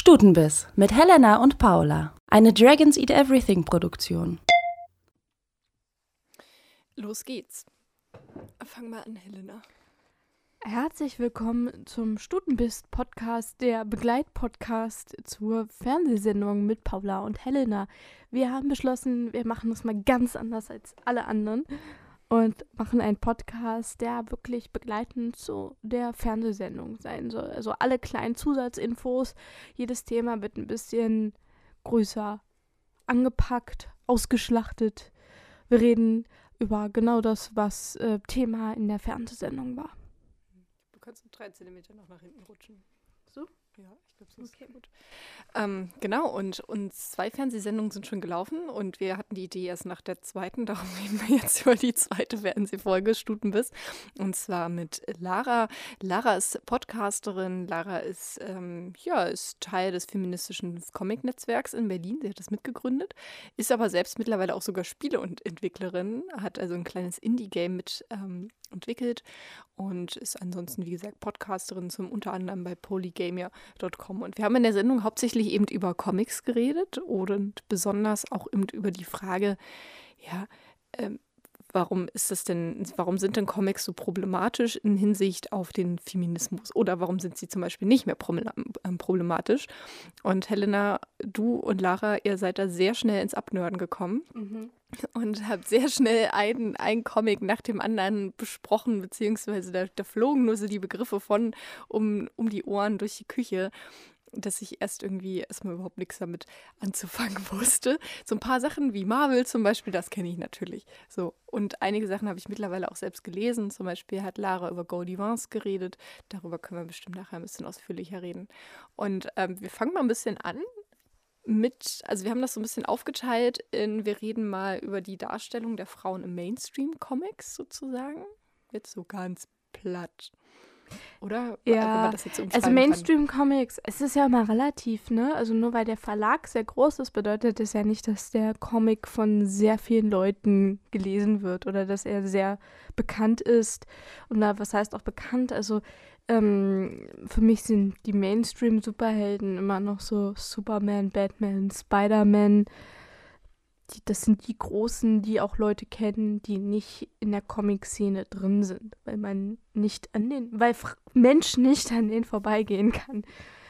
Stutenbiss mit Helena und Paula. Eine Dragons Eat Everything Produktion. Los geht's. Fang mal an, Helena. Herzlich willkommen zum Stutenbiss-Podcast, der Begleitpodcast zur Fernsehsendung mit Paula und Helena. Wir haben beschlossen, wir machen das mal ganz anders als alle anderen und machen einen Podcast, der wirklich begleitend zu der Fernsehsendung sein soll. Also alle kleinen Zusatzinfos, jedes Thema wird ein bisschen größer angepackt, ausgeschlachtet. Wir reden über genau das, was Thema in der Fernsehsendung war. Du kannst um 3 cm noch nach hinten rutschen. So? Ja, ich glaube, so ist okay. Gut. Genau, und uns 2 Fernsehsendungen sind schon gelaufen und wir hatten die Idee erst nach der zweiten, darum reden wir jetzt über die zweite Fernsehfolge Stutenbiss. Und zwar mit Lara. Lara ist Podcasterin, Lara ist, ist Teil des feministischen Comic-Netzwerks in Berlin, sie hat das mitgegründet, ist aber selbst mittlerweile auch sogar Spiele- und Entwicklerin, hat also ein kleines Indie-Game mit entwickelt und ist ansonsten, wie gesagt, Podcasterin zum unter anderem bei polygamia.com. Und wir haben in der Sendung hauptsächlich eben über Comics geredet und besonders auch eben über die Frage, warum sind denn Comics so problematisch in Hinsicht auf den Feminismus? Oder warum sind sie zum Beispiel nicht mehr problematisch? Und Helena, du und Lara, ihr seid da sehr schnell ins Abnörden gekommen. Mhm. Und habt sehr schnell einen Comic nach dem anderen besprochen, beziehungsweise da flogen nur so die Begriffe um die Ohren durch die Küche, dass ich erstmal überhaupt nichts damit anzufangen wusste. So ein paar Sachen wie Marvel zum Beispiel, das kenne ich natürlich. So. Und einige Sachen habe ich mittlerweile auch selbst gelesen. Zum Beispiel hat Lara über Goldie Vance geredet. Darüber können wir bestimmt nachher ein bisschen ausführlicher reden. Und wir fangen mal ein bisschen an. Wir haben das so ein bisschen aufgeteilt wir reden mal über die Darstellung der Frauen im Mainstream-Comics sozusagen. Jetzt so ganz platt. Oder? Ja, also Mainstream-Comics, es ist ja immer relativ, ne? Also nur weil der Verlag sehr groß ist, bedeutet das ja nicht, dass der Comic von sehr vielen Leuten gelesen wird oder dass er sehr bekannt ist. Und was heißt auch bekannt? Also für mich sind die Mainstream-Superhelden immer noch so Superman, Batman, Spider-Man. Das sind die Großen, die auch Leute kennen, die nicht in der Comic-Szene drin sind, weil Mensch nicht an denen vorbeigehen kann.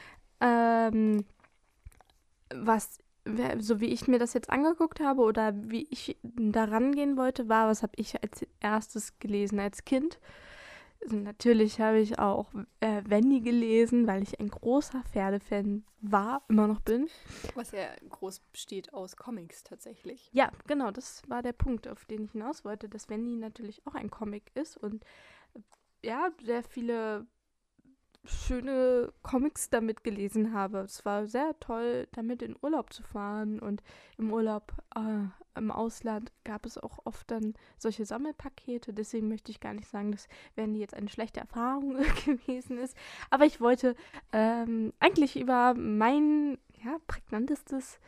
So wie ich mir das jetzt angeguckt habe oder wie ich da rangehen wollte, was habe ich als erstes gelesen als Kind? Also natürlich habe ich auch Wendy gelesen, weil ich ein großer Pferdefan war, immer noch bin. Was ja groß besteht aus Comics tatsächlich. Ja, genau, das war der Punkt, auf den ich hinaus wollte, dass Wendy natürlich auch ein Comic ist und sehr viele schöne Comics damit gelesen habe. Es war sehr toll, damit in Urlaub zu fahren und im Urlaub im Ausland gab es auch oft dann solche Sammelpakete. Deswegen möchte ich gar nicht sagen, dass Wendy jetzt eine schlechte Erfahrung gewesen ist. Aber ich wollte eigentlich über mein prägnantestes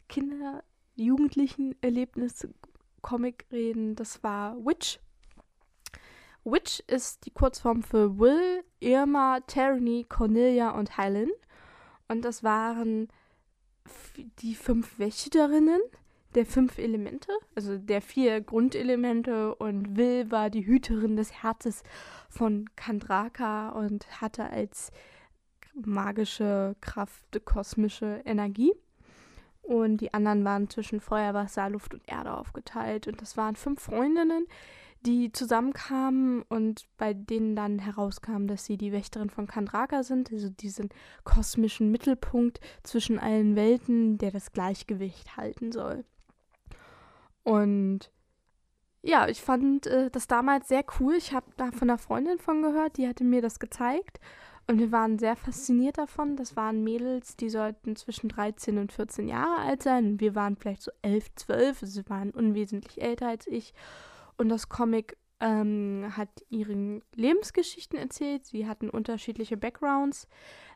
Kinder-Jugendlichen-Erlebnis-Comic reden. Das war Witch. Witch ist die Kurzform für Will, Irma, Tyranny, Cornelia und Helen. Und das waren die 5 Wächterinnen der 5 Elemente, also der 4 Grundelemente. Und Will war die Hüterin des Herzes von Kandraka und hatte als magische Kraft kosmische Energie. Und die anderen waren zwischen Feuer, Wasser, Luft und Erde aufgeteilt. Und das waren 5 Freundinnen, die zusammenkamen und bei denen dann herauskam, dass sie die Wächterin von Kandraka sind, also diesen kosmischen Mittelpunkt zwischen allen Welten, der das Gleichgewicht halten soll. Und ja, ich fand das damals sehr cool. Ich habe da von einer Freundin von gehört, die hatte mir das gezeigt und wir waren sehr fasziniert davon. Das waren Mädels, die sollten zwischen 13 und 14 Jahre alt sein. Wir waren vielleicht so 11, 12, also sie waren unwesentlich älter als ich. Und das Comic hat ihren Lebensgeschichten erzählt. Sie hatten unterschiedliche Backgrounds.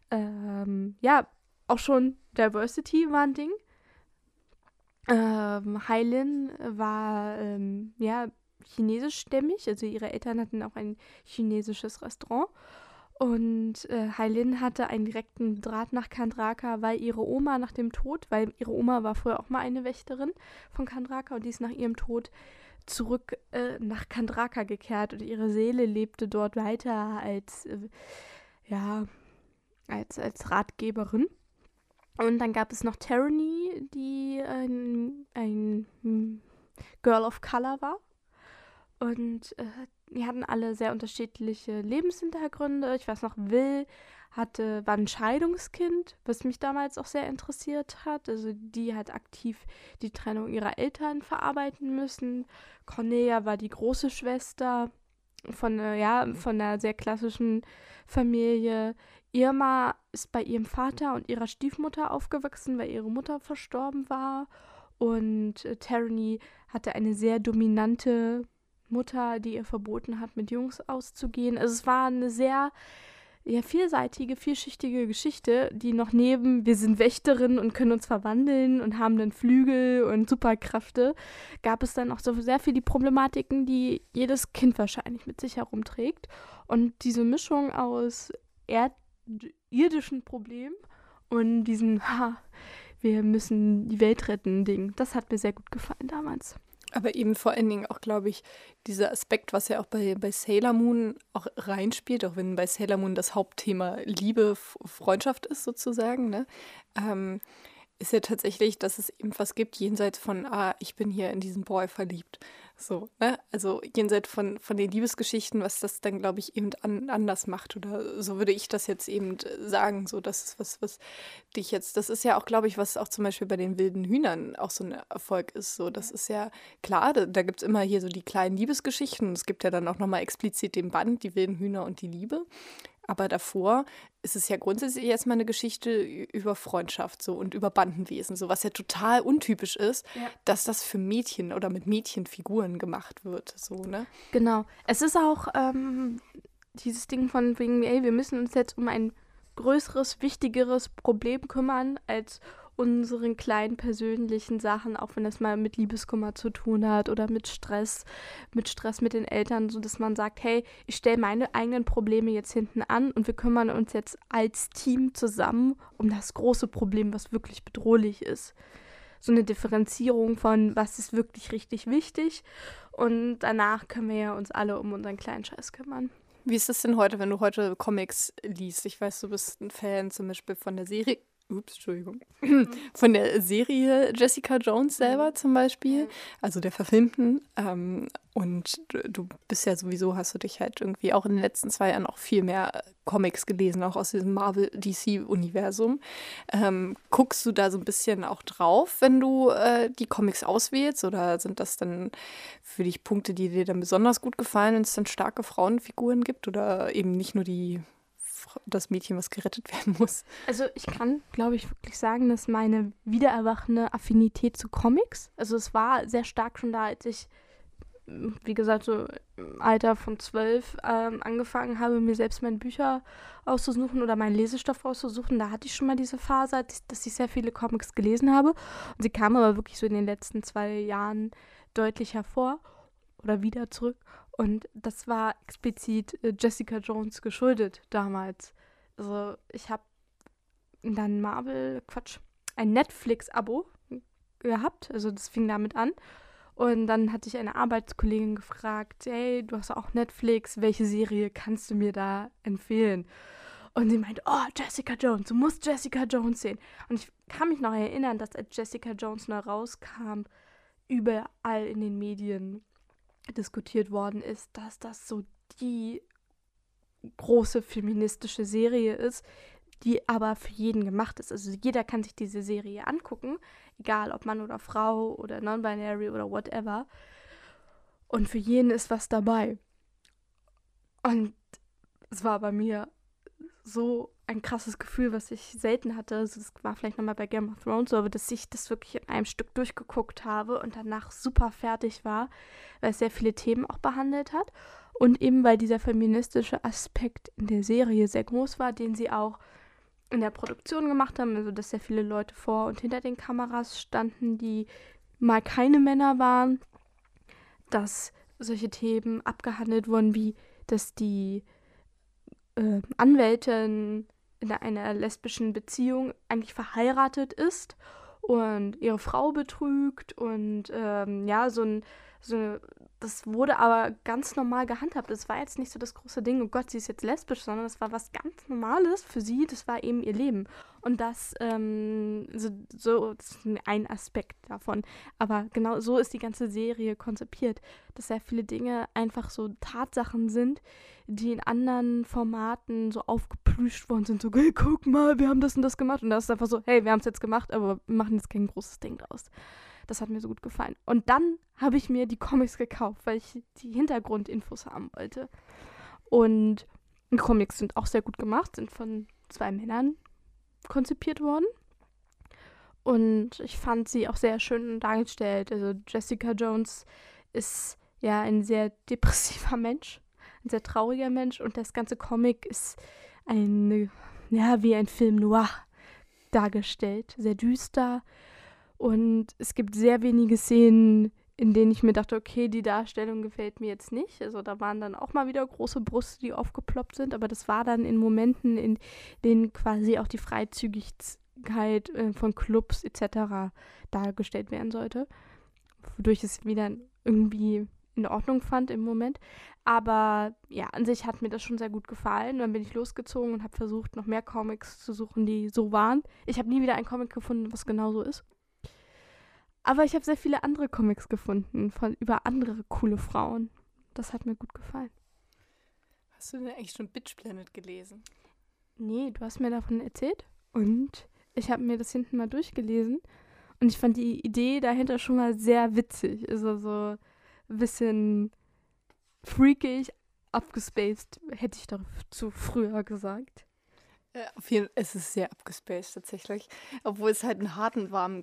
Auch schon Diversity war ein Ding. Helen war chinesischstämmig, also ihre Eltern hatten auch ein chinesisches Restaurant. Und Hylin hatte einen direkten Draht nach Candraka, weil ihre Oma nach dem Tod, weil ihre Oma war früher auch mal eine Wächterin von Candraka und die ist nach ihrem Tod zurück nach Candraka gekehrt und ihre Seele lebte dort weiter als Ratgeberin. Und dann gab es noch Tyranny, die ein Girl of Color war. Und die hatten alle sehr unterschiedliche Lebenshintergründe. Ich weiß noch, Will war ein Scheidungskind, was mich damals auch sehr interessiert hat. Also die hat aktiv die Trennung ihrer Eltern verarbeiten müssen. Cornelia war die große Schwester von einer sehr klassischen Familie. Irma ist bei ihrem Vater und ihrer Stiefmutter aufgewachsen, weil ihre Mutter verstorben war. Und Tyranny hatte eine sehr dominante Mutter, die ihr verboten hat, mit Jungs auszugehen. Also es war eine sehr vielseitige, vielschichtige Geschichte, die noch neben wir sind Wächterin und können uns verwandeln und haben dann Flügel und Superkräfte, gab es dann auch so sehr viele Problematiken, die jedes Kind wahrscheinlich mit sich herumträgt. Und diese Mischung aus irdischen Problemen und diesem wir müssen die Welt retten Ding, das hat mir sehr gut gefallen damals. Aber eben vor allen Dingen auch, glaube ich, dieser Aspekt, was ja auch bei Sailor Moon auch reinspielt, auch wenn bei Sailor Moon das Hauptthema Liebe, Freundschaft ist sozusagen, ne? Ist ja tatsächlich, dass es eben was gibt, jenseits von, ich bin hier in diesen Boy verliebt. So, ne? Also jenseits von den Liebesgeschichten, was das dann, glaube ich, eben anders macht. Oder so würde ich das jetzt eben sagen. So, das ist was dich jetzt, das ist ja auch, glaube ich, was auch zum Beispiel bei den wilden Hühnern auch so ein Erfolg ist. So, das ist ja klar, da gibt es immer hier so die kleinen Liebesgeschichten. Es gibt ja dann auch nochmal explizit den Band, die wilden Hühner und die Liebe. Aber davor ist es ja grundsätzlich erstmal eine Geschichte über Freundschaft so und über Bandenwesen, so was ja total untypisch ist, dass das für Mädchen oder mit Mädchenfiguren gemacht wird. So, ne? Genau. Es ist auch dieses Ding von wegen, wir müssen uns jetzt um ein größeres, wichtigeres Problem kümmern als unseren kleinen persönlichen Sachen, auch wenn das mal mit Liebeskummer zu tun hat oder mit Stress mit den Eltern, so dass man sagt, hey, ich stelle meine eigenen Probleme jetzt hinten an und wir kümmern uns jetzt als Team zusammen um das große Problem, was wirklich bedrohlich ist. So eine Differenzierung von, was ist wirklich richtig wichtig und danach können wir ja uns alle um unseren kleinen Scheiß kümmern. Wie ist es denn heute, wenn du heute Comics liest? Ich weiß, du bist ein Fan zum Beispiel von der Serie von der Serie Jessica Jones selber zum Beispiel, also der verfilmten. Und du bist ja sowieso, hast du dich halt irgendwie auch in den letzten 2 Jahren auch viel mehr Comics gelesen, auch aus diesem Marvel-DC-Universum. Guckst du da so ein bisschen auch drauf, wenn du die Comics auswählst? Oder sind das dann für dich Punkte, die dir dann besonders gut gefallen, wenn es dann starke Frauenfiguren gibt? Oder eben nicht nur das Mädchen, was gerettet werden muss? Also ich kann, glaube ich, wirklich sagen, dass meine wiedererwachende Affinität zu Comics, also es war sehr stark schon da, als ich, wie gesagt, so im Alter von 12 angefangen habe, mir selbst meine Bücher auszusuchen oder meinen Lesestoff auszusuchen. Da hatte ich schon mal diese Phase, dass ich sehr viele Comics gelesen habe. Und sie kam aber wirklich so in den letzten 2 Jahren deutlich hervor oder wieder zurück. Und das war explizit Jessica Jones geschuldet damals. Also ich habe dann ein Netflix-Abo gehabt. Also das fing damit an. Und dann hatte ich eine Arbeitskollegin gefragt, hey, du hast auch Netflix, welche Serie kannst du mir da empfehlen? Und sie meinte, Jessica Jones, du musst Jessica Jones sehen. Und ich kann mich noch erinnern, dass als Jessica Jones neu rauskam, überall in den Medien diskutiert worden ist, dass das so die große feministische Serie ist, die aber für jeden gemacht ist. Also jeder kann sich diese Serie angucken, egal ob Mann oder Frau oder non-binary oder whatever. Und für jeden ist was dabei. Und es war bei mir so ein krasses Gefühl, was ich selten hatte. Also das war vielleicht nochmal bei Game of Thrones so, aber dass ich das wirklich in einem Stück durchgeguckt habe und danach super fertig war, weil es sehr viele Themen auch behandelt hat. Und eben weil dieser feministische Aspekt in der Serie sehr groß war, den sie auch in der Produktion gemacht haben, also dass sehr viele Leute vor und hinter den Kameras standen, die mal keine Männer waren, dass solche Themen abgehandelt wurden, wie dass die Anwältin in einer lesbischen Beziehung eigentlich verheiratet ist und ihre Frau betrügt und das wurde aber ganz normal gehandhabt. Das war jetzt nicht so das große Ding, oh Gott, sie ist jetzt lesbisch, sondern das war was ganz Normales für sie, das war eben ihr Leben. Und das, das ist ein Aspekt davon. Aber genau so ist die ganze Serie konzipiert, dass sehr viele Dinge einfach so Tatsachen sind, die in anderen Formaten so aufgeplüscht worden sind. So, hey, guck mal, wir haben das und das gemacht. Und das ist einfach so, hey, wir haben es jetzt gemacht, aber wir machen jetzt kein großes Ding draus. Das hat mir so gut gefallen. Und dann habe ich mir die Comics gekauft, weil ich die Hintergrundinfos haben wollte. Und die Comics sind auch sehr gut gemacht, sind von 2 Männern konzipiert worden. Und ich fand sie auch sehr schön dargestellt. Also Jessica Jones ist ja ein sehr depressiver Mensch, ein sehr trauriger Mensch. Und das ganze Comic ist wie ein Film noir dargestellt. Sehr düster. Und es gibt sehr wenige Szenen, in denen ich mir dachte, okay, die Darstellung gefällt mir jetzt nicht. Also da waren dann auch mal wieder große Brüste, die aufgeploppt sind, aber das war dann in Momenten, in denen quasi auch die Freizügigkeit von Clubs etc. dargestellt werden sollte, wodurch es wieder irgendwie in Ordnung fand im Moment. Aber ja, an sich hat mir das schon sehr gut gefallen. Dann bin ich losgezogen und habe versucht, noch mehr Comics zu suchen, die so waren. Ich habe nie wieder ein Comic gefunden, was genau so ist. Aber ich habe sehr viele andere Comics gefunden über andere coole Frauen. Das hat mir gut gefallen. Hast du denn eigentlich schon Bitch Planet gelesen? Nee, du hast mir davon erzählt. Und ich habe mir das hinten mal durchgelesen. Und ich fand die Idee dahinter schon mal sehr witzig. Also so ein bisschen freakig, abgespaced, hätte ich dazu früher gesagt. Auf jeden Fall, es ist sehr abgespaced tatsächlich, obwohl es halt einen harten, wahren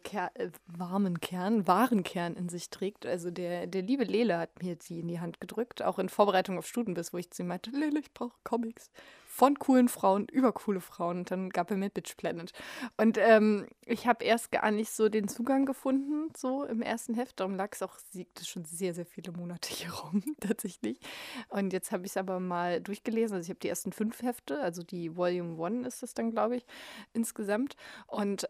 Kern in sich trägt. Also der liebe Lele hat mir die in die Hand gedrückt, auch in Vorbereitung auf Stutenbiss, wo ich zu ihm meinte, Lele, ich brauche Comics von coolen Frauen über coole Frauen. Und dann gab er mir Bitch Planet. Und ich habe erst gar nicht so den Zugang gefunden, so im ersten Heft. Darum lag es auch schon sehr, sehr viele Monate hier rum, tatsächlich. Und jetzt habe ich es aber mal durchgelesen. Also ich habe die ersten 5 Hefte, also die Volume 1 ist es dann, glaube ich, insgesamt. Und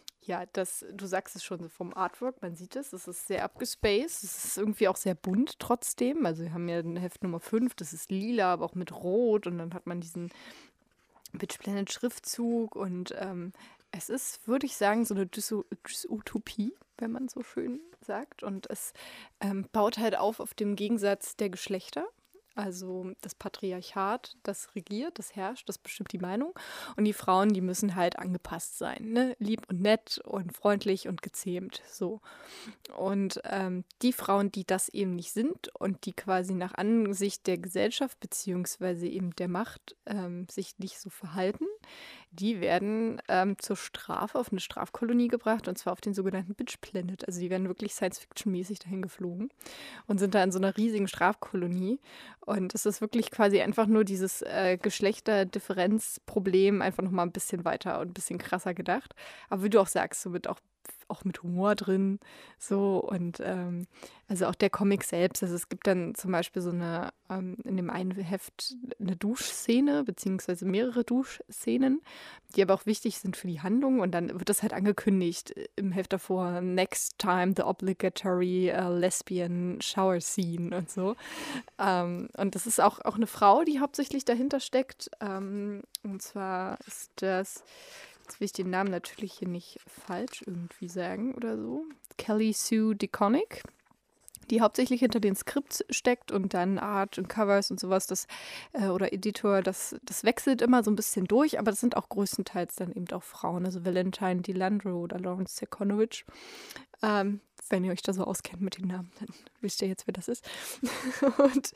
du sagst es schon vom Artwork, man sieht es ist sehr abgespaced. Es ist irgendwie auch sehr bunt trotzdem. Also wir haben ja ein Heft Nummer 5, das ist lila, aber auch mit Rot. Und dann hat man diesen Bitch Planet Schriftzug. Und es ist, würde ich sagen, so eine Dysutopie, wenn man so schön sagt. Und es baut halt auf dem Gegensatz der Geschlechter. Also das Patriarchat, das regiert, das herrscht, das bestimmt die Meinung. Und die Frauen, die müssen halt angepasst sein, ne? Lieb und nett und freundlich und gezähmt, so. Und die Frauen, die das eben nicht sind und die quasi nach Ansicht der Gesellschaft beziehungsweise eben der Macht sich nicht so verhalten, die werden zur Strafe auf eine Strafkolonie gebracht, und zwar auf den sogenannten Bitch Planet. Also die werden wirklich Science-Fiction-mäßig dahin geflogen und sind da in so einer riesigen Strafkolonie. Und es ist wirklich quasi einfach nur dieses Geschlechterdifferenzproblem einfach nochmal ein bisschen weiter und ein bisschen krasser gedacht. Aber wie du auch sagst, so auch mit Humor drin, so, und also auch der Comic selbst, also es gibt dann zum Beispiel so eine, in dem einen Heft eine Duschszene, beziehungsweise mehrere Duschszenen, die aber auch wichtig sind für die Handlung, und dann wird das halt angekündigt im Heft davor, next time the obligatory lesbian shower scene und so. Und das ist auch eine Frau, die hauptsächlich dahinter steckt, und zwar ist das, jetzt will ich den Namen natürlich hier nicht falsch irgendwie sagen oder so, Kelly Sue DeConnick, die hauptsächlich hinter den Skripts steckt und dann Art und Covers und sowas, oder Editor, das wechselt immer so ein bisschen durch, aber das sind auch größtenteils dann eben auch Frauen, also Valentine DeLandro oder Lawrence Sekonovich. Wenn ihr euch da so auskennt mit den Namen, dann wisst ihr jetzt, wer das ist. Und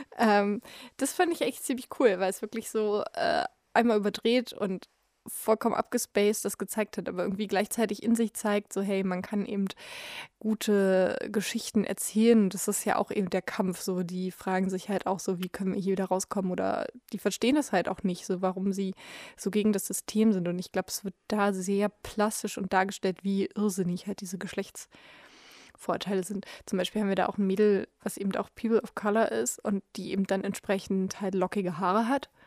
das fand ich echt ziemlich cool, weil es wirklich so einmal überdreht und vollkommen abgespaced das gezeigt hat, aber irgendwie gleichzeitig in sich zeigt, so hey, man kann eben gute Geschichten erzählen. Das ist ja auch eben der Kampf, so die fragen sich halt auch so, wie können wir hier wieder rauskommen, oder die verstehen das halt auch nicht, so warum sie so gegen das System sind, und ich glaube, es wird da sehr plastisch und dargestellt, wie irrsinnig halt diese Geschlechtsvorurteile sind. Zum Beispiel haben wir da auch ein Mädel, was eben auch People of Color ist und die eben dann entsprechend halt lockige Haare hat.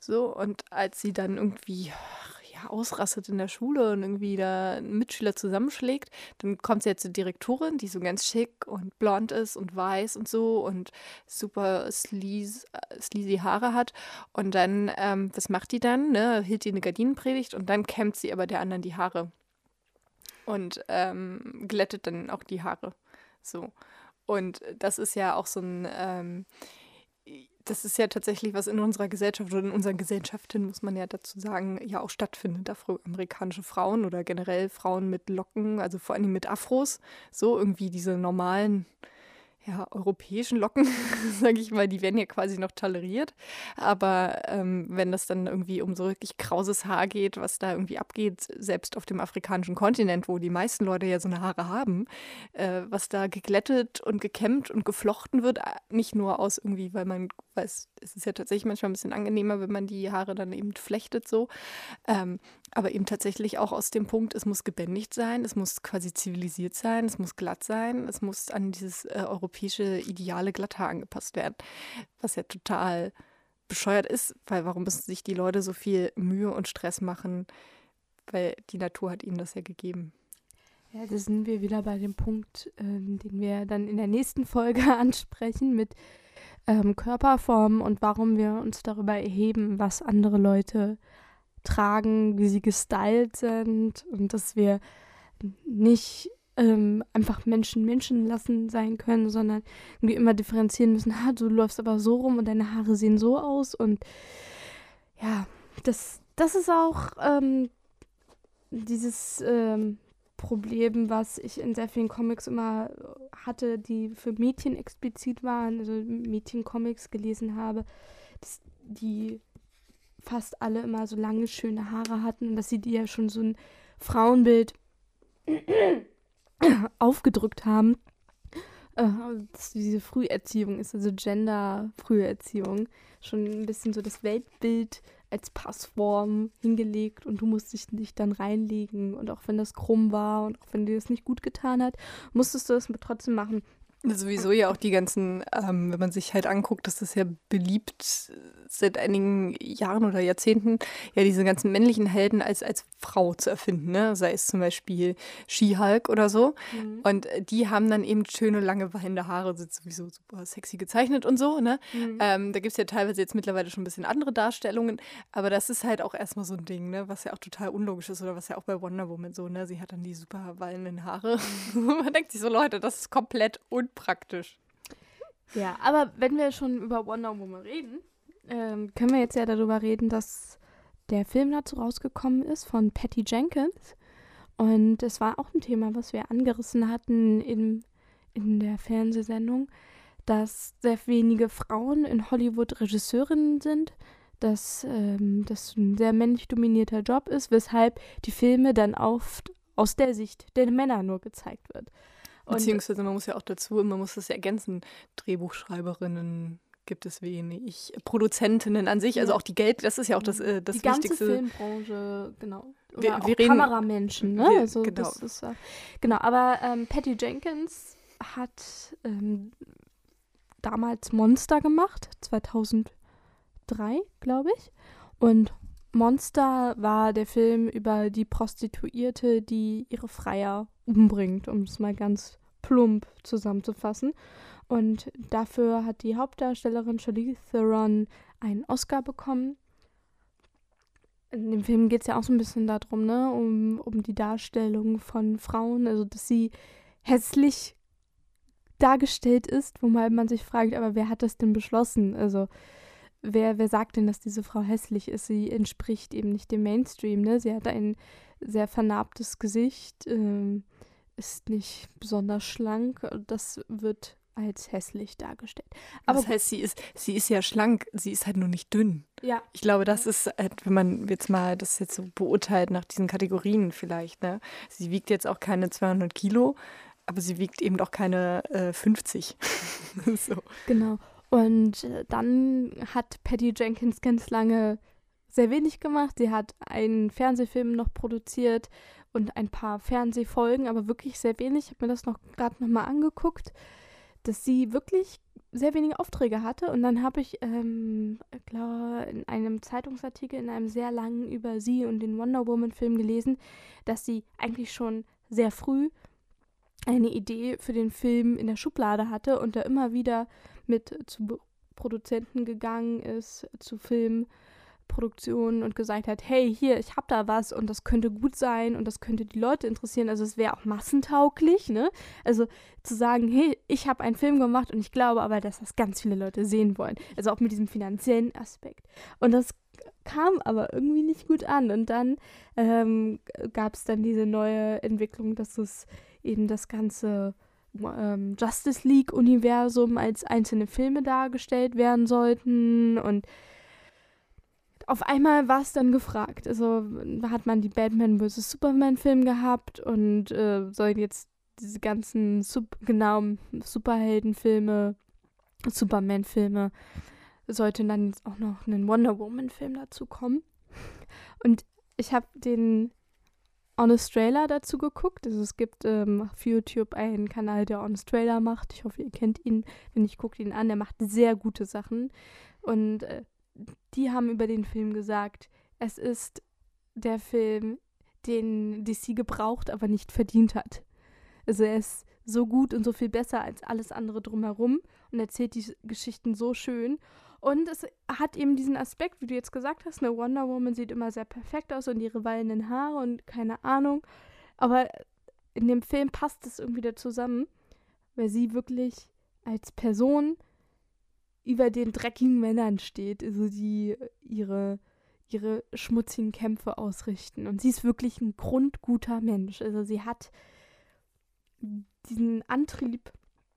So, und als sie dann irgendwie ausrastet in der Schule und irgendwie da einen Mitschüler zusammenschlägt, dann kommt sie jetzt zur Direktorin, die so ganz schick und blond ist und weiß und so und super sleazy Haare hat. Und dann, was macht die dann? Ne? Hielt die eine Gardinenpredigt und dann kämmt sie aber der anderen die Haare und glättet dann auch die Haare. So. Und das ist ja auch so ein das ist ja tatsächlich, was in unserer Gesellschaft oder in unseren Gesellschaften, muss man ja dazu sagen, ja auch stattfindet. Afroamerikanische Frauen oder generell Frauen mit Locken, also vor allem mit Afros, so irgendwie diese normalen, europäischen Locken, sage ich mal, die werden ja quasi noch toleriert. Aber wenn das dann irgendwie um so wirklich krauses Haar geht, was da irgendwie abgeht, selbst auf dem afrikanischen Kontinent, wo die meisten Leute ja so eine Haare haben, was da geglättet und gekämmt und geflochten wird, nicht nur aus irgendwie, weil man weiß, es ist ja tatsächlich manchmal ein bisschen angenehmer, wenn man die Haare dann eben flechtet so, aber eben tatsächlich auch aus dem Punkt, es muss gebändigt sein, es muss quasi zivilisiert sein, es muss glatt sein, es muss an dieses europäische ideale Glatthaar angepasst werden, was ja total bescheuert ist, weil warum müssen sich die Leute so viel Mühe und Stress machen, weil die Natur hat ihnen das ja gegeben. Ja, da sind wir wieder bei dem Punkt, den wir dann in der nächsten Folge ansprechen mit Körperformen und warum wir uns darüber erheben, was andere Leute tragen, wie sie gestylt sind und dass wir nicht einfach Menschen lassen sein können, sondern irgendwie immer differenzieren müssen, du läufst aber so rum und deine Haare sehen so aus und ja, das ist auch dieses Problem, was ich in sehr vielen Comics immer hatte, die für Mädchen explizit waren, also Mädchencomics gelesen habe, dass die fast alle immer so lange, schöne Haare hatten und dass sie die ja schon so ein Frauenbild aufgedrückt haben, dass diese Früherziehung ist, also Gender-Früherziehung, schon ein bisschen so das Weltbild als Passform hingelegt und du musstest dich dann reinlegen und auch wenn das krumm war und auch wenn dir das nicht gut getan hat, musstest du das trotzdem machen. Sowieso ja auch die ganzen, wenn man sich halt anguckt, dass das ja beliebt seit einigen Jahren oder Jahrzehnten, ja diese ganzen männlichen Helden als Frau zu erfinden, ne? Sei es zum Beispiel She-Hulk oder so. Mhm. Und die haben dann eben schöne, lange, wallende Haare, sind sowieso super sexy gezeichnet und so, ne? Mhm. Da gibt es ja teilweise jetzt mittlerweile schon ein bisschen andere Darstellungen, aber das ist halt auch erstmal so ein Ding, ne? Was ja auch total unlogisch ist oder was ja auch bei Wonder Woman so, ne? Sie hat dann die super wallenden Haare. Man denkt sich so, Leute, das ist komplett unpraktisch. Ja, aber wenn wir schon über Wonder Woman reden, können wir jetzt ja darüber reden, dass der Film dazu rausgekommen ist von Patty Jenkins. Und es war auch ein Thema, was wir angerissen hatten in der Fernsehsendung, dass sehr wenige Frauen in Hollywood Regisseurinnen sind, dass das ein sehr männlich dominierter Job ist, weshalb die Filme dann oft aus der Sicht der Männer nur gezeigt wird. Beziehungsweise man muss ja auch dazu, man muss das ja ergänzen, Drehbuchschreiberinnen gibt es wenig, Produzentinnen an sich, also auch die Geld, das ist ja auch das Wichtigste. Die ganze Filmbranche, genau. Oder wir auch reden, Kameramenschen, ne? Also genau. Das ist, genau, aber Patty Jenkins hat damals Monster gemacht, 2003, glaube ich. Und Monster war der Film über die Prostituierte, die ihre Freier umbringt, um es mal ganz plump zusammenzufassen. Und dafür hat die Hauptdarstellerin Charlize Theron einen Oscar bekommen. In dem Film geht es ja auch so ein bisschen darum, ne, um die Darstellung von Frauen, also dass sie hässlich dargestellt ist, wobei man sich fragt, aber wer hat das denn beschlossen? Also wer sagt denn, dass diese Frau hässlich ist? Sie entspricht eben nicht dem Mainstream, ne? Sie hat ein sehr vernarbtes Gesicht, ist nicht besonders schlank. Das wird als hässlich dargestellt. Aber das heißt, sie ist ja schlank, sie ist halt nur nicht dünn. Ja. Ich glaube, das ist, wenn man jetzt mal das jetzt so beurteilt nach diesen Kategorien vielleicht, ne? Sie wiegt jetzt auch keine 200 Kilo, aber sie wiegt eben auch keine 50. So. Genau. Und dann hat Patty Jenkins ganz lange sehr wenig gemacht. Sie hat einen Fernsehfilm noch produziert und ein paar Fernsehfolgen, aber wirklich sehr wenig. Ich habe mir das gerade noch mal angeguckt, dass sie wirklich sehr wenige Aufträge hatte. Und dann habe ich, glaube in einem Zeitungsartikel, in einem sehr langen über sie und den Wonder Woman-Film gelesen, dass sie eigentlich schon sehr früh eine Idee für den Film in der Schublade hatte und da immer wieder mit zu Produzenten gegangen ist, zu Filmproduktionen und gesagt hat, hey, hier, ich hab da was und das könnte gut sein und das könnte die Leute interessieren, also es wäre auch massentauglich, ne? Also zu sagen, hey, ich habe einen Film gemacht und ich glaube aber, dass das ganz viele Leute sehen wollen. Also auch mit diesem finanziellen Aspekt. Und das kam aber irgendwie nicht gut an. Und dann gab es dann diese neue Entwicklung, dass es eben das ganze Justice League-Universum als einzelne Filme dargestellt werden sollten. Und auf einmal war es dann gefragt. Also hat man die Batman vs. Superman-Film gehabt und soll jetzt diese ganzen Superheldenfilme, Superman-Filme, sollte dann jetzt auch noch ein Wonder Woman-Film dazu kommen. Und ich habe den Honest Trailer dazu geguckt. Also es gibt auf YouTube einen Kanal, der Honest Trailer macht. Ich hoffe, ihr kennt ihn. Wenn nicht, guckt ihn an. Der macht sehr gute Sachen. Und die haben über den Film gesagt, es ist der Film, den DC gebraucht, aber nicht verdient hat. Also er ist so gut und so viel besser als alles andere drumherum und erzählt die Geschichten so schön. Und es hat eben diesen Aspekt, wie du jetzt gesagt hast, eine Wonder Woman sieht immer sehr perfekt aus und ihre wallenden Haare und keine Ahnung. Aber in dem Film passt es irgendwie da zusammen, weil sie wirklich als Person über den dreckigen Männern steht, also die ihre schmutzigen Kämpfe ausrichten. Und sie ist wirklich ein grundguter Mensch. Also sie hat diesen Antrieb,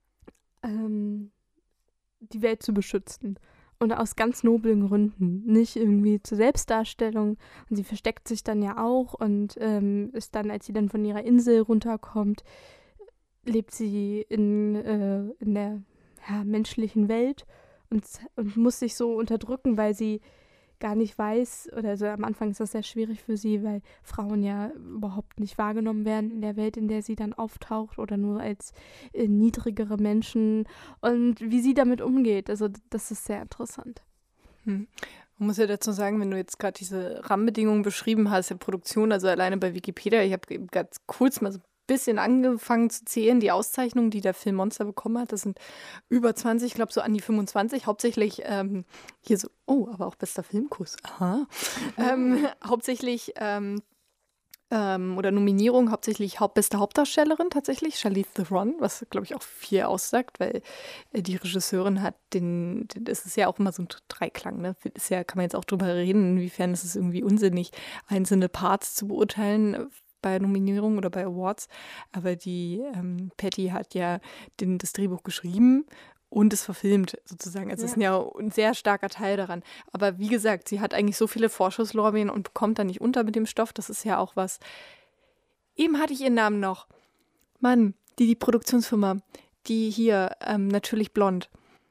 die Welt zu beschützen. Und aus ganz noblen Gründen, nicht irgendwie zur Selbstdarstellung. Und sie versteckt sich dann ja auch und ist dann, als sie dann von ihrer Insel runterkommt, lebt sie in der menschlichen Welt und muss sich so unterdrücken, weil sie gar nicht weiß, oder also am Anfang ist das sehr schwierig für sie, weil Frauen ja überhaupt nicht wahrgenommen werden in der Welt, in der sie dann auftaucht oder nur als niedrigere Menschen und wie sie damit umgeht. Also das ist sehr interessant. Man muss ja dazu sagen, wenn du jetzt gerade diese Rahmenbedingungen beschrieben hast, der Produktion, also alleine bei Wikipedia, ich habe ganz kurz mal so bisschen angefangen zu zählen, die Auszeichnungen, die der Film Monster bekommen hat. Das sind über 20, ich glaube so an die 25. Hauptsächlich hier so, aber auch bester Filmkuss. Aha. Hauptsächlich oder Nominierung, hauptsächlich beste Hauptdarstellerin tatsächlich, Charlize Theron, was glaube ich auch viel aussagt, weil die Regisseurin hat das ist ja auch immer so ein Dreiklang, ne? Ist ja, kann man jetzt auch drüber reden, inwiefern ist es irgendwie unsinnig, einzelne Parts zu beurteilen bei Nominierungen oder bei Awards, aber die Patty hat ja das Drehbuch geschrieben und es verfilmt sozusagen. Also es ist ja ein sehr starker Teil daran. Aber wie gesagt, sie hat eigentlich so viele Vorschusslorbeeren und bekommt da nicht unter mit dem Stoff. Das ist ja auch was. Eben hatte ich ihren Namen noch. Mann, die Produktionsfirma, die hier natürlich blond.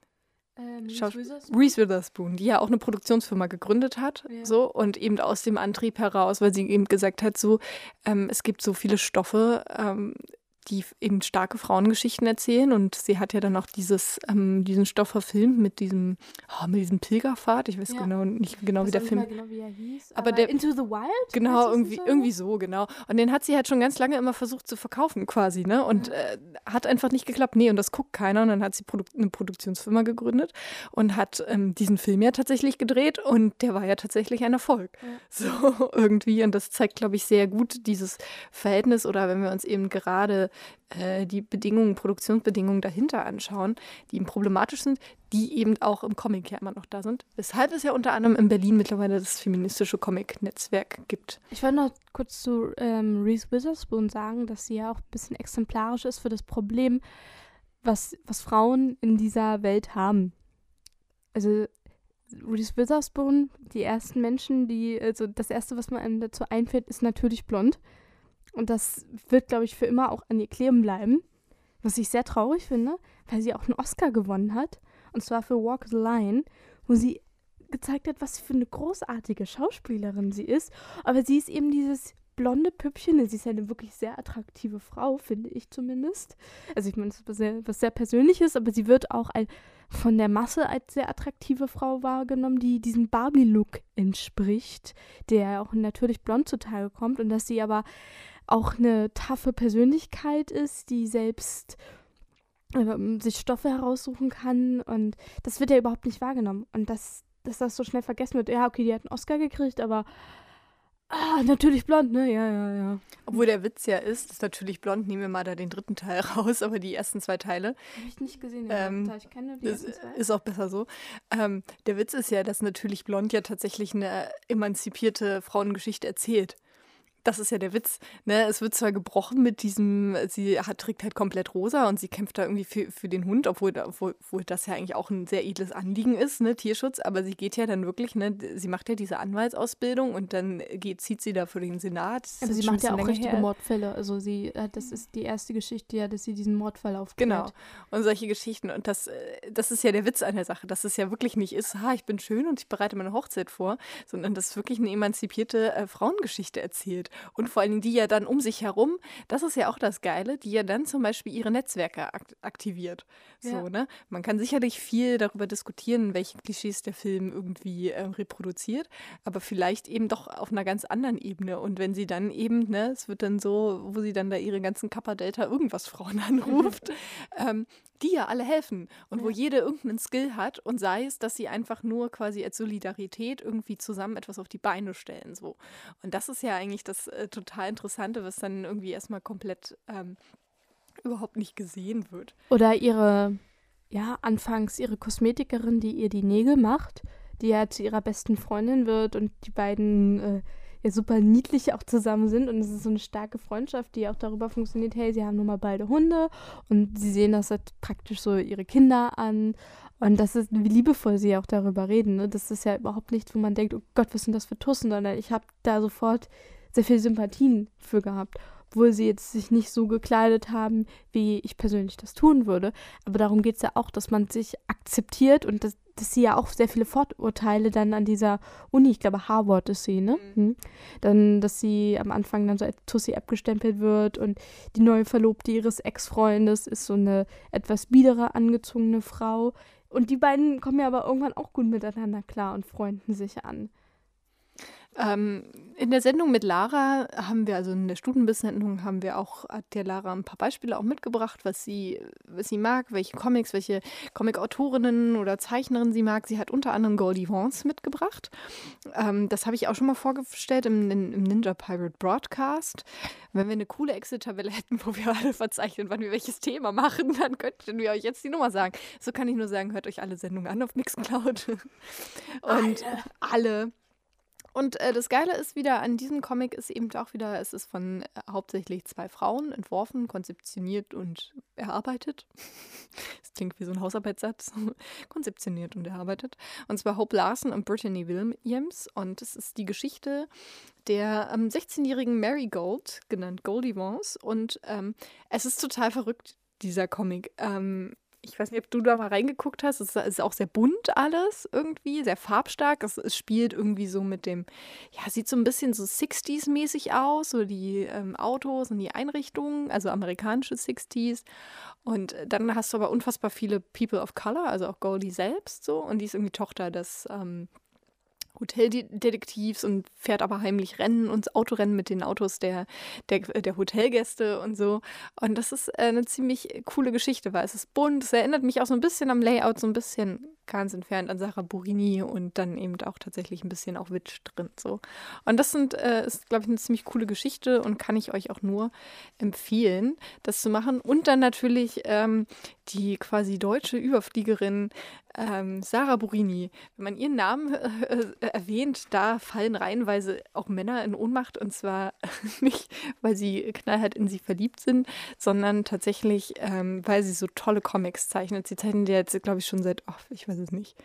Reese Witherspoon, die ja auch eine Produktionsfirma gegründet hat, so, und eben aus dem Antrieb heraus, weil sie eben gesagt hat, so, es gibt so viele Stoffe, die eben starke Frauengeschichten erzählen, und sie hat ja dann auch diesen Stoff verfilmt mit diesem Pilgerpfad, ich weiß nicht genau, wie der Film, genau, wie er hieß, aber der Into the Wild? Genau, irgendwie so, genau. Und den hat sie halt schon ganz lange immer versucht zu verkaufen quasi, ne? Und hat einfach nicht geklappt. Nee, und das guckt keiner. Und dann hat sie eine Produktionsfirma gegründet und hat diesen Film ja tatsächlich gedreht, und der war ja tatsächlich ein Erfolg. Ja. So irgendwie. Und das zeigt, glaube ich, sehr gut dieses Verhältnis, oder wenn wir uns eben gerade die Produktionsbedingungen dahinter anschauen, die eben problematisch sind, die eben auch im Comic ja immer noch da sind. Weshalb es ja unter anderem in Berlin mittlerweile das feministische Comic-Netzwerk gibt. Ich wollte noch kurz zu Reese Witherspoon sagen, dass sie ja auch ein bisschen exemplarisch ist für das Problem, was Frauen in dieser Welt haben. Also Reese Witherspoon, die ersten Menschen, also das Erste, was man dazu einfällt, ist natürlich blond. Und das wird, glaube ich, für immer auch an ihr kleben bleiben. Was ich sehr traurig finde, weil sie auch einen Oscar gewonnen hat. Und zwar für Walk the Line, wo sie gezeigt hat, was für eine großartige Schauspielerin sie ist. Aber sie ist eben dieses blonde Püppchen. Sie ist ja eine wirklich sehr attraktive Frau, finde ich zumindest. Also ich meine, das ist was sehr Persönliches, aber sie wird auch von der Masse als sehr attraktive Frau wahrgenommen, die diesem Barbie-Look entspricht, der auch natürlich blond zutage kommt und dass sie aber auch eine taffe Persönlichkeit ist, die selbst sich Stoffe heraussuchen kann und das wird ja überhaupt nicht wahrgenommen und dass das so schnell vergessen wird. Ja, okay, die hat einen Oscar gekriegt, aber natürlich blond, ne? Ja. Obwohl der Witz ja ist natürlich blond, nehmen wir mal da den 3. Teil raus, aber die ersten 2 Teile. Habe ich nicht gesehen, ich kenne die ersten 2. Ist auch besser so. Der Witz ist ja, dass natürlich blond ja tatsächlich eine emanzipierte Frauengeschichte erzählt. Das ist ja der Witz, ne? Es wird zwar gebrochen mit diesem, trägt halt komplett rosa und sie kämpft da irgendwie für den Hund, obwohl das ja eigentlich auch ein sehr edles Anliegen ist, ne? Tierschutz, aber sie geht ja dann wirklich, ne? Sie macht ja diese Anwaltsausbildung und dann zieht sie da für den Senat. Aber sie macht ja auch richtige Mordfälle, also das ist die erste Geschichte ja, dass sie diesen Mordfall aufklärt. Genau, und solche Geschichten und das ist ja der Witz an der Sache, dass es ja wirklich nicht ist, ich bin schön und ich bereite meine Hochzeit vor, sondern dass wirklich eine emanzipierte Frauengeschichte erzählt. Und vor allen Dingen die ja dann um sich herum, das ist ja auch das Geile, die ja dann zum Beispiel ihre Netzwerke aktiviert. So, ne? Man kann sicherlich viel darüber diskutieren, welche Klischees der Film irgendwie reproduziert, aber vielleicht eben doch auf einer ganz anderen Ebene. Und wenn sie dann eben, ne, es wird dann so, wo sie dann da ihre ganzen Kappa Delta irgendwas Frauen anruft, die ja alle helfen und wo jede irgendeinen Skill hat und sei es, dass sie einfach nur quasi als Solidarität irgendwie zusammen etwas auf die Beine stellen. So. Und das ist ja eigentlich das total Interessante, was dann irgendwie erstmal komplett überhaupt nicht gesehen wird. Oder anfangs ihre Kosmetikerin, die ihr die Nägel macht, die ja zu ihrer besten Freundin wird und die beiden super niedlich auch zusammen sind und es ist so eine starke Freundschaft, die auch darüber funktioniert, hey, sie haben nun mal beide Hunde und sie sehen das halt praktisch so ihre Kinder an und das ist, wie liebevoll sie auch darüber reden, ne? Das ist ja überhaupt nichts, wo man denkt, oh Gott, was sind das für Tussen, sondern ich habe da sofort sehr viel Sympathien für gehabt, obwohl sie jetzt sich nicht so gekleidet haben, wie ich persönlich das tun würde, aber darum geht es ja auch, dass man sich akzeptiert und dass sie ja auch sehr viele Vorurteile dann an dieser Uni, ich glaube Harvard ist sie, ne? Dann, dass sie am Anfang dann so als Tussi abgestempelt wird und die neue Verlobte ihres Ex-Freundes ist so eine etwas biedere angezogene Frau und die beiden kommen ja aber irgendwann auch gut miteinander klar und freunden sich an. In der Sendung mit Lara haben wir, also in der Stutenbiss-Sendung hat der Lara ein paar Beispiele auch mitgebracht, was sie mag, welche Comics, welche Comic-Autorinnen oder Zeichnerinnen sie mag. Sie hat unter anderem Goldie Vance mitgebracht. Das habe ich auch schon mal vorgestellt im Ninja Pirate Broadcast. Wenn wir eine coole Excel-Tabelle hätten, wo wir alle verzeichnen, wann wir welches Thema machen, dann könnten wir euch jetzt die Nummer sagen. So kann ich nur sagen, hört euch alle Sendungen an auf Mixcloud. Und alle. Und das Geile ist wieder, an diesem Comic ist eben auch wieder, es ist von hauptsächlich 2 Frauen entworfen, konzeptioniert und erarbeitet. Das klingt wie so ein Hausarbeitssatz. Konzeptioniert und erarbeitet. Und zwar Hope Larson und Brittany Williams. Und es ist die Geschichte der 16-jährigen Marigold, genannt Goldie Vance. Und es ist total verrückt, dieser Comic. Ich weiß nicht, ob du da mal reingeguckt hast. Es ist auch sehr bunt alles irgendwie, sehr farbstark. Es spielt irgendwie so mit dem, sieht so ein bisschen so 60s-mäßig aus, so die Autos und die Einrichtungen, also amerikanische 60s. Und dann hast du aber unfassbar viele People of Color, also auch Goldie selbst so. Und die ist irgendwie Tochter des Hoteldetektivs und fährt aber heimlich Rennen und Autorennen mit den Autos der Hotelgäste und so. Und das ist eine ziemlich coole Geschichte, weil es ist bunt. Es erinnert mich auch so ein bisschen am Layout, so ein bisschen ganz entfernt an Sarah Burini und dann eben auch tatsächlich ein bisschen auch Witch drin. So. Und das ist, glaube ich, eine ziemlich coole Geschichte und kann ich euch auch nur empfehlen, das zu machen. Und dann natürlich die quasi deutsche Überfliegerin Sarah Burini. Wenn man ihren Namen erwähnt, da fallen reihenweise auch Männer in Ohnmacht und zwar nicht, weil sie knallhart in sie verliebt sind, sondern tatsächlich, weil sie so tolle Comics zeichnet. Sie zeichnet ja jetzt, glaube ich, schon seit, ich weiß es nicht,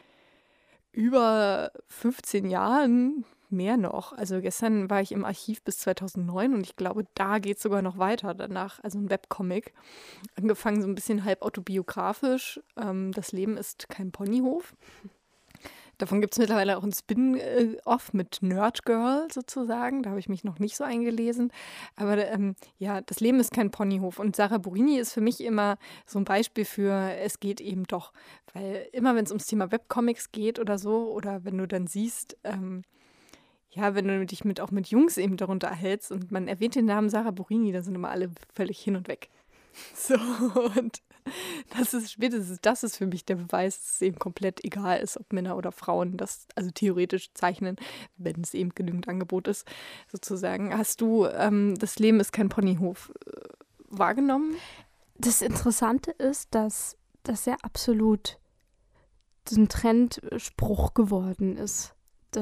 über 15 Jahren, mehr noch. Also gestern war ich im Archiv bis 2009 und ich glaube, da geht es sogar noch weiter danach. Also ein Webcomic. Angefangen so ein bisschen halb autobiografisch. Das Leben ist kein Ponyhof. Davon gibt es mittlerweile auch ein Spin-off mit Nerd Girl sozusagen. Da habe ich mich noch nicht so eingelesen. Aber ja, das Leben ist kein Ponyhof. Und Sarah Burini ist für mich immer so ein Beispiel für, es geht eben doch. Weil immer, wenn es ums Thema Webcomics geht oder so, oder wenn du dann siehst, ja, wenn du dich auch mit Jungs eben darunter erhältst und man erwähnt den Namen Sarah Burini, dann sind immer alle völlig hin und weg. So, und das ist für mich der Beweis, dass es eben komplett egal ist, ob Männer oder Frauen das also theoretisch zeichnen, wenn es eben genügend Angebot ist, sozusagen. Hast du das Leben ist kein Ponyhof wahrgenommen? Das Interessante ist, dass das ja absolut so ein Trendspruch geworden ist.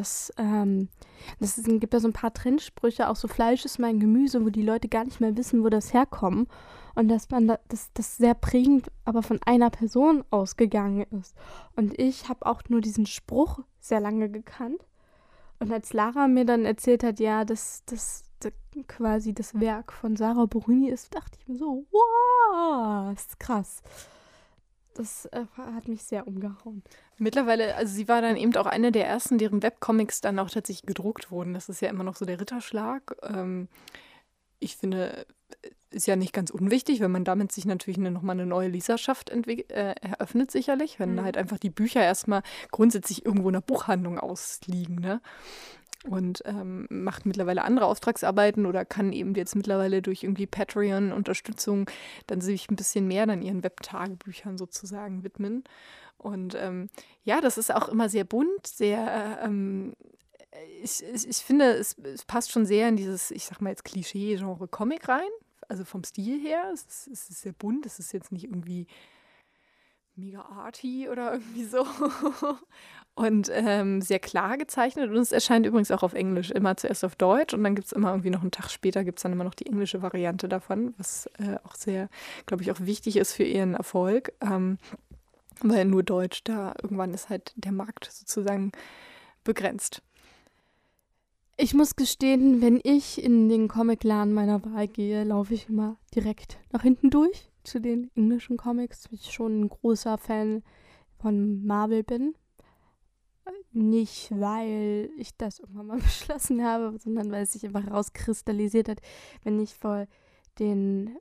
Gibt ja so ein paar Trendsprüche, auch so Fleisch ist mein Gemüse, wo die Leute gar nicht mehr wissen, wo das herkommt. Und dass das sehr prägend aber von einer Person ausgegangen ist. Und ich habe auch nur diesen Spruch sehr lange gekannt. Und als Lara mir dann erzählt hat, ja, das quasi das Werk von Sarah Burini ist, dachte ich mir so, wow, das ist krass. Das hat mich sehr umgehauen. Mittlerweile, also sie war dann eben auch eine der ersten, deren Webcomics dann auch tatsächlich gedruckt wurden. Das ist ja immer noch so der Ritterschlag. Ich finde, ist ja nicht ganz unwichtig, wenn man damit sich natürlich nochmal eine neue Leserschaft eröffnet sicherlich, wenn halt einfach die Bücher erstmal grundsätzlich irgendwo in der Buchhandlung ausliegen, ne? Und macht mittlerweile andere Auftragsarbeiten oder kann eben jetzt mittlerweile durch irgendwie Patreon-Unterstützung dann sich ein bisschen mehr dann ihren Webtagebüchern sozusagen widmen. Und ja, das ist auch immer sehr bunt, sehr ich finde, es passt schon sehr in dieses, ich sag mal jetzt Klischee-Genre Comic rein. Also vom Stil her, es ist sehr bunt, es ist jetzt nicht irgendwie mega arty oder irgendwie so. Und sehr klar gezeichnet. Und es erscheint übrigens auch auf Englisch, immer zuerst auf Deutsch und dann gibt es immer irgendwie noch einen Tag später gibt es dann immer noch die englische Variante davon, was auch sehr, glaube ich, auch wichtig ist für ihren Erfolg. Weil nur Deutsch, da irgendwann ist halt der Markt sozusagen begrenzt. Ich muss gestehen, wenn ich in den Comicladen meiner Wahl gehe, laufe ich immer direkt nach hinten durch zu den englischen Comics, weil ich schon ein großer Fan von Marvel bin. Nicht, weil ich das irgendwann mal beschlossen habe, sondern weil es sich einfach herauskristallisiert hat, wenn ich vor den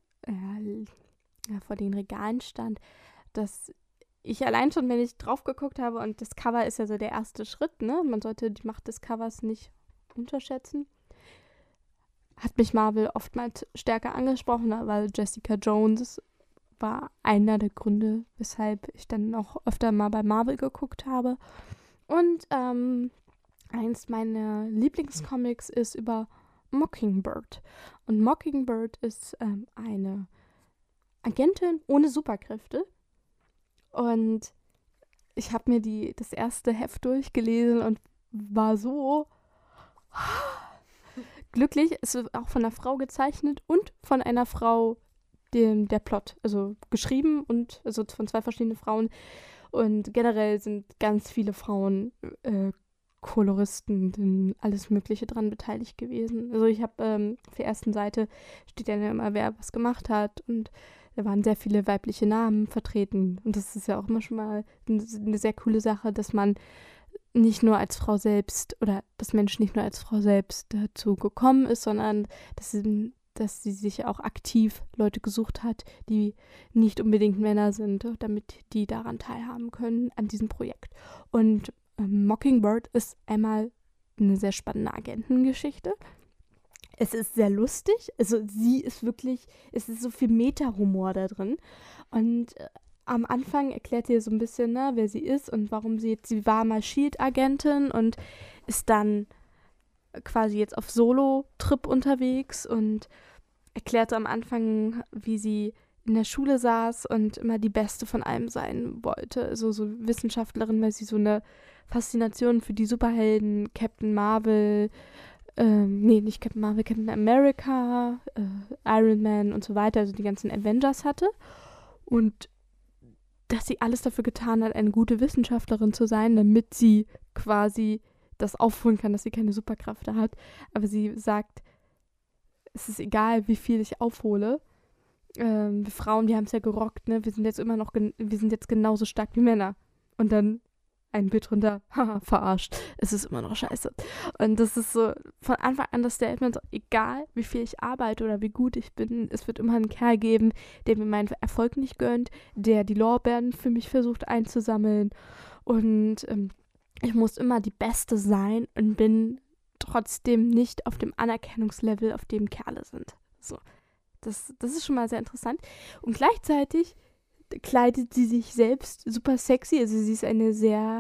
Regalen stand, dass ich allein schon, wenn ich drauf geguckt habe, und das Cover ist ja so der erste Schritt, ne? Man sollte die Macht des Covers nicht unterschätzen. Hat mich Marvel oftmals stärker angesprochen, weil Jessica Jones war einer der Gründe, weshalb ich dann auch öfter mal bei Marvel geguckt habe. Und eins meiner Lieblingscomics ist über Mockingbird. Und Mockingbird ist eine Agentin ohne Superkräfte. Und ich habe mir das erste Heft durchgelesen und war so glücklich. Es ist auch von einer Frau gezeichnet und von einer Frau der Plot. Also geschrieben und also von 2 verschiedenen Frauen. Und generell sind ganz viele Frauen Koloristen, alles Mögliche dran beteiligt gewesen. Also ich habe auf der ersten Seite steht ja immer, wer was gemacht hat und da waren sehr viele weibliche Namen vertreten. Und das ist ja auch immer schon mal eine sehr coole Sache, dass man nicht nur als Frau selbst oder dass Mensch nicht nur als Frau selbst dazu gekommen ist, sondern dass sie sich auch aktiv Leute gesucht hat, die nicht unbedingt Männer sind, damit die daran teilhaben können, an diesem Projekt. Und Mockingbird ist einmal eine sehr spannende Agentengeschichte. Es ist sehr lustig, also es ist so viel Meta-Humor da drin. Und am Anfang erklärt ihr so ein bisschen, ne, wer sie ist und warum sie war mal SHIELD-Agentin und ist dann quasi jetzt auf Solo-Trip unterwegs und erklärte am Anfang, wie sie in der Schule saß und immer die Beste von allem sein wollte. Also so Wissenschaftlerin, weil sie so eine Faszination für die Superhelden, Captain Marvel, nicht Captain Marvel, Captain America, Iron Man und so weiter, also die ganzen Avengers hatte. Und dass sie alles dafür getan hat, eine gute Wissenschaftlerin zu sein, damit sie quasi das aufholen kann, dass sie keine Superkräfte hat. Aber sie sagt, es ist egal, wie viel ich aufhole. Wir Frauen, wir haben es ja gerockt, ne? Wir sind jetzt genauso stark wie Männer. Und dann ein Bild runter, haha, verarscht, es ist immer noch scheiße. Und das ist so von Anfang an das Statement, so, egal wie viel ich arbeite oder wie gut ich bin, es wird immer einen Kerl geben, der mir meinen Erfolg nicht gönnt, der die Lorbeeren für mich versucht einzusammeln. Und ich muss immer die Beste sein und bin trotzdem nicht auf dem Anerkennungslevel, auf dem Kerle sind. So, das ist schon mal sehr interessant. Und gleichzeitig kleidet sie sich selbst super sexy. Also sie ist eine sehr,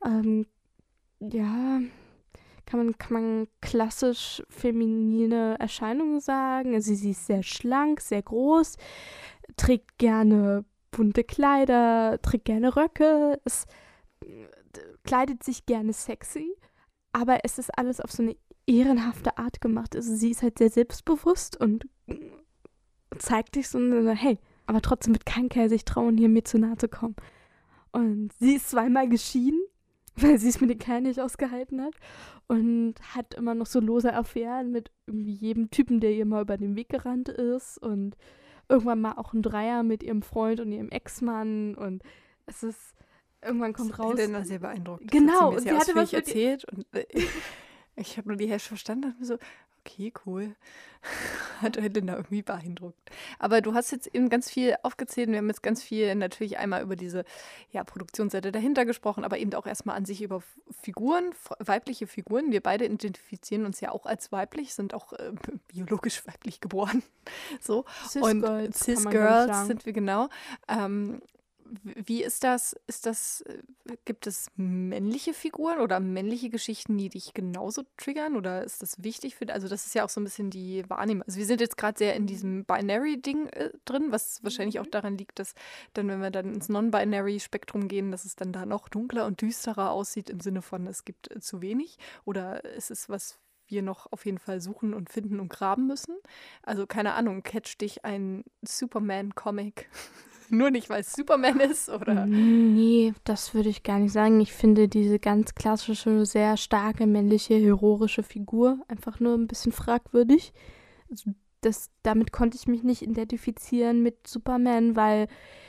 ja, kann man klassisch feminine Erscheinung sagen. Also sie ist sehr schlank, sehr groß, trägt gerne bunte Kleider, trägt gerne Röcke, kleidet sich gerne sexy, aber es ist alles auf so eine ehrenhafte Art gemacht. Also sie ist halt sehr selbstbewusst und zeigt dich so, hey, aber trotzdem wird kein Kerl sich trauen, hier mir zu nahe zu kommen. Und sie ist zweimal geschieden, weil sie es mit den Kerlen nicht ausgehalten hat und hat immer noch so lose Affären mit irgendwie jedem Typen, der ihr mal über den Weg gerannt ist und irgendwann mal auch ein Dreier mit ihrem Freund und ihrem Ex-Mann und es ist, irgendwann kommt raus. Helena sehr beeindruckt. Genau. Und sie hatte was erzählt und ich habe nur die Hälfte verstanden und mir so, okay, cool. Hat Helena irgendwie beeindruckt. Aber du hast jetzt eben ganz viel aufgezählt. Wir haben jetzt ganz viel natürlich einmal über diese Produktionsseite dahinter gesprochen, aber eben auch erstmal an sich über Figuren, weibliche Figuren. Wir beide identifizieren uns ja auch als weiblich, sind auch biologisch weiblich geboren. So. Und Cis-Girls sind wir genau. Wie ist das? Gibt es männliche Figuren oder männliche Geschichten, die dich genauso triggern? Oder ist das wichtig für dich? Also das ist ja auch so ein bisschen die Wahrnehmung. Also wir sind jetzt gerade sehr in diesem Binary-Ding drin, was wahrscheinlich auch daran liegt, dass dann, wenn wir dann ins Non-Binary-Spektrum gehen, dass es dann da noch dunkler und düsterer aussieht im Sinne von, es gibt zu wenig. Oder ist es was wir noch auf jeden Fall suchen und finden und graben müssen? Also keine Ahnung, catcht dich ein Superman-Comic nur nicht, weil es Superman ist, oder? Nee, das würde ich gar nicht sagen. Ich finde diese ganz klassische, sehr starke männliche, heroische Figur einfach nur ein bisschen fragwürdig. Also damit konnte ich mich nicht identifizieren mit Superman, weil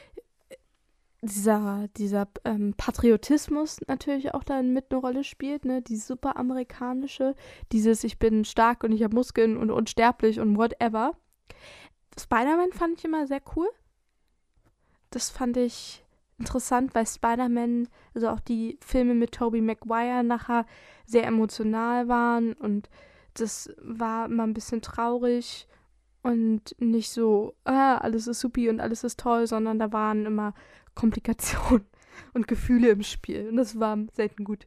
dieser Patriotismus natürlich auch dann mit eine Rolle spielt, ne? Die super amerikanische, dieses ich bin stark und ich habe Muskeln und unsterblich und whatever. Spider-Man fand ich immer sehr cool. Das fand ich interessant, weil Spider-Man, also auch die Filme mit Tobey Maguire nachher sehr emotional waren und das war immer ein bisschen traurig und nicht so, alles ist supi und alles ist toll, sondern da waren immer Komplikationen und Gefühle im Spiel und das war selten gut.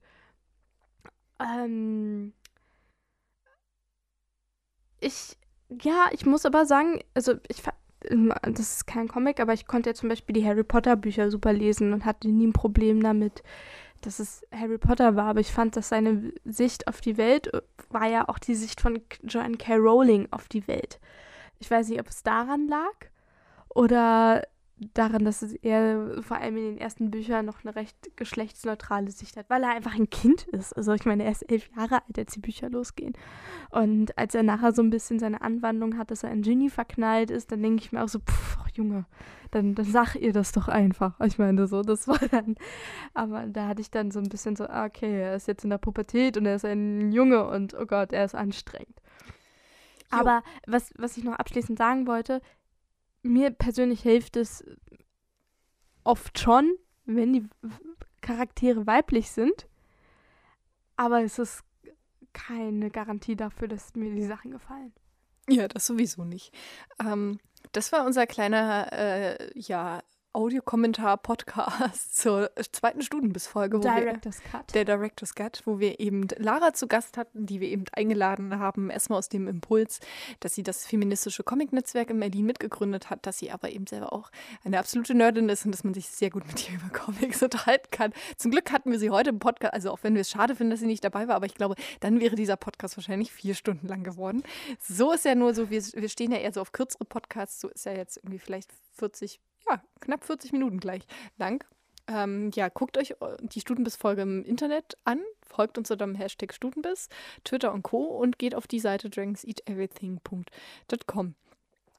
Ich muss aber sagen, also das ist kein Comic, aber ich konnte ja zum Beispiel die Harry Potter Bücher super lesen und hatte nie ein Problem damit, dass es Harry Potter war. Aber ich fand, dass seine Sicht auf die Welt war ja auch die Sicht von Joanne K. Rowling auf die Welt. Ich weiß nicht, ob es daran lag oder daran, dass es eher vor allem in den ersten Büchern noch eine recht geschlechtsneutrale Sicht hat, weil er einfach ein Kind ist. Also ich meine, er ist 11 Jahre alt, als die Bücher losgehen. Und als er nachher so ein bisschen seine Anwandlung hat, dass er in Ginny verknallt ist, dann denke ich mir auch so, Junge, dann sag ihr das doch einfach. Ich meine, so, das war dann, aber da hatte ich dann so ein bisschen so, okay, er ist jetzt in der Pubertät und er ist ein Junge und oh Gott, er ist anstrengend. Jo. Aber was ich noch abschließend sagen wollte, mir persönlich hilft es oft schon, wenn die Charaktere weiblich sind, aber es ist keine Garantie dafür, dass mir die Sachen gefallen. Ja, das sowieso nicht. Das war unser kleiner, Audiokommentar-Podcast zur zweiten Studenbiss-Folge. Der Director's Cut, wo wir eben Lara zu Gast hatten, die wir eben eingeladen haben, erstmal aus dem Impuls, dass sie das feministische Comic-Netzwerk in Berlin mitgegründet hat, dass sie aber eben selber auch eine absolute Nerdin ist und dass man sich sehr gut mit ihr über Comics unterhalten kann. Zum Glück hatten wir sie heute im Podcast, also auch wenn wir es schade finden, dass sie nicht dabei war, aber ich glaube, dann wäre dieser Podcast wahrscheinlich 4 Stunden lang geworden. So ist ja nur so, wir stehen ja eher so auf kürzere Podcasts, so ist ja jetzt irgendwie vielleicht knapp 40 Minuten gleich lang. Guckt euch die Studenbiss-Folge im Internet an, folgt uns unter dem Hashtag Studenbiss, Twitter und Co. und geht auf die Seite dragonseateverything.com.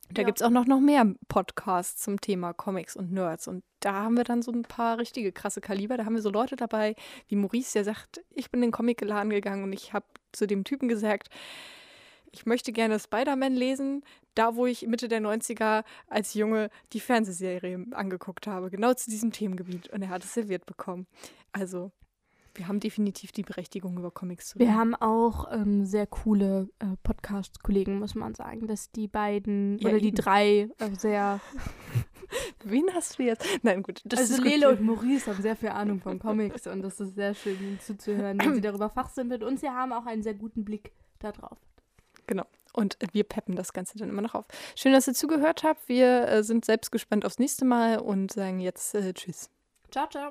Da gibt es auch noch mehr Podcasts zum Thema Comics und Nerds. Und da haben wir dann so ein paar richtige krasse Kaliber. Da haben wir so Leute dabei, wie Maurice, der sagt, ich bin in den Comicladen gegangen und ich habe zu dem Typen gesagt, ich möchte gerne Spider-Man lesen, da wo ich Mitte der 90er als Junge die Fernsehserie angeguckt habe. Genau zu diesem Themengebiet. Und er hat es serviert bekommen. Also wir haben definitiv die Berechtigung, über Comics zu reden. Wir haben auch sehr coole Podcast-Kollegen, muss man sagen, dass die beiden Ja, oder die eben. drei sehr... Wen hast du jetzt? Nein, gut. Das Also ist Lele gut. und Maurice haben sehr viel Ahnung von Comics und das ist sehr schön, ihnen zuzuhören, wenn sie darüber fachsimpeln. Und sie haben auch einen sehr guten Blick da drauf. Genau. Und wir peppen das Ganze dann immer noch auf. Schön, dass ihr zugehört habt. Wir sind selbst gespannt aufs nächste Mal und sagen jetzt Tschüss. Ciao, ciao.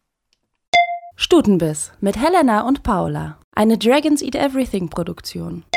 Stutenbiss mit Helena und Paula. Eine Dragons Eat Everything Produktion.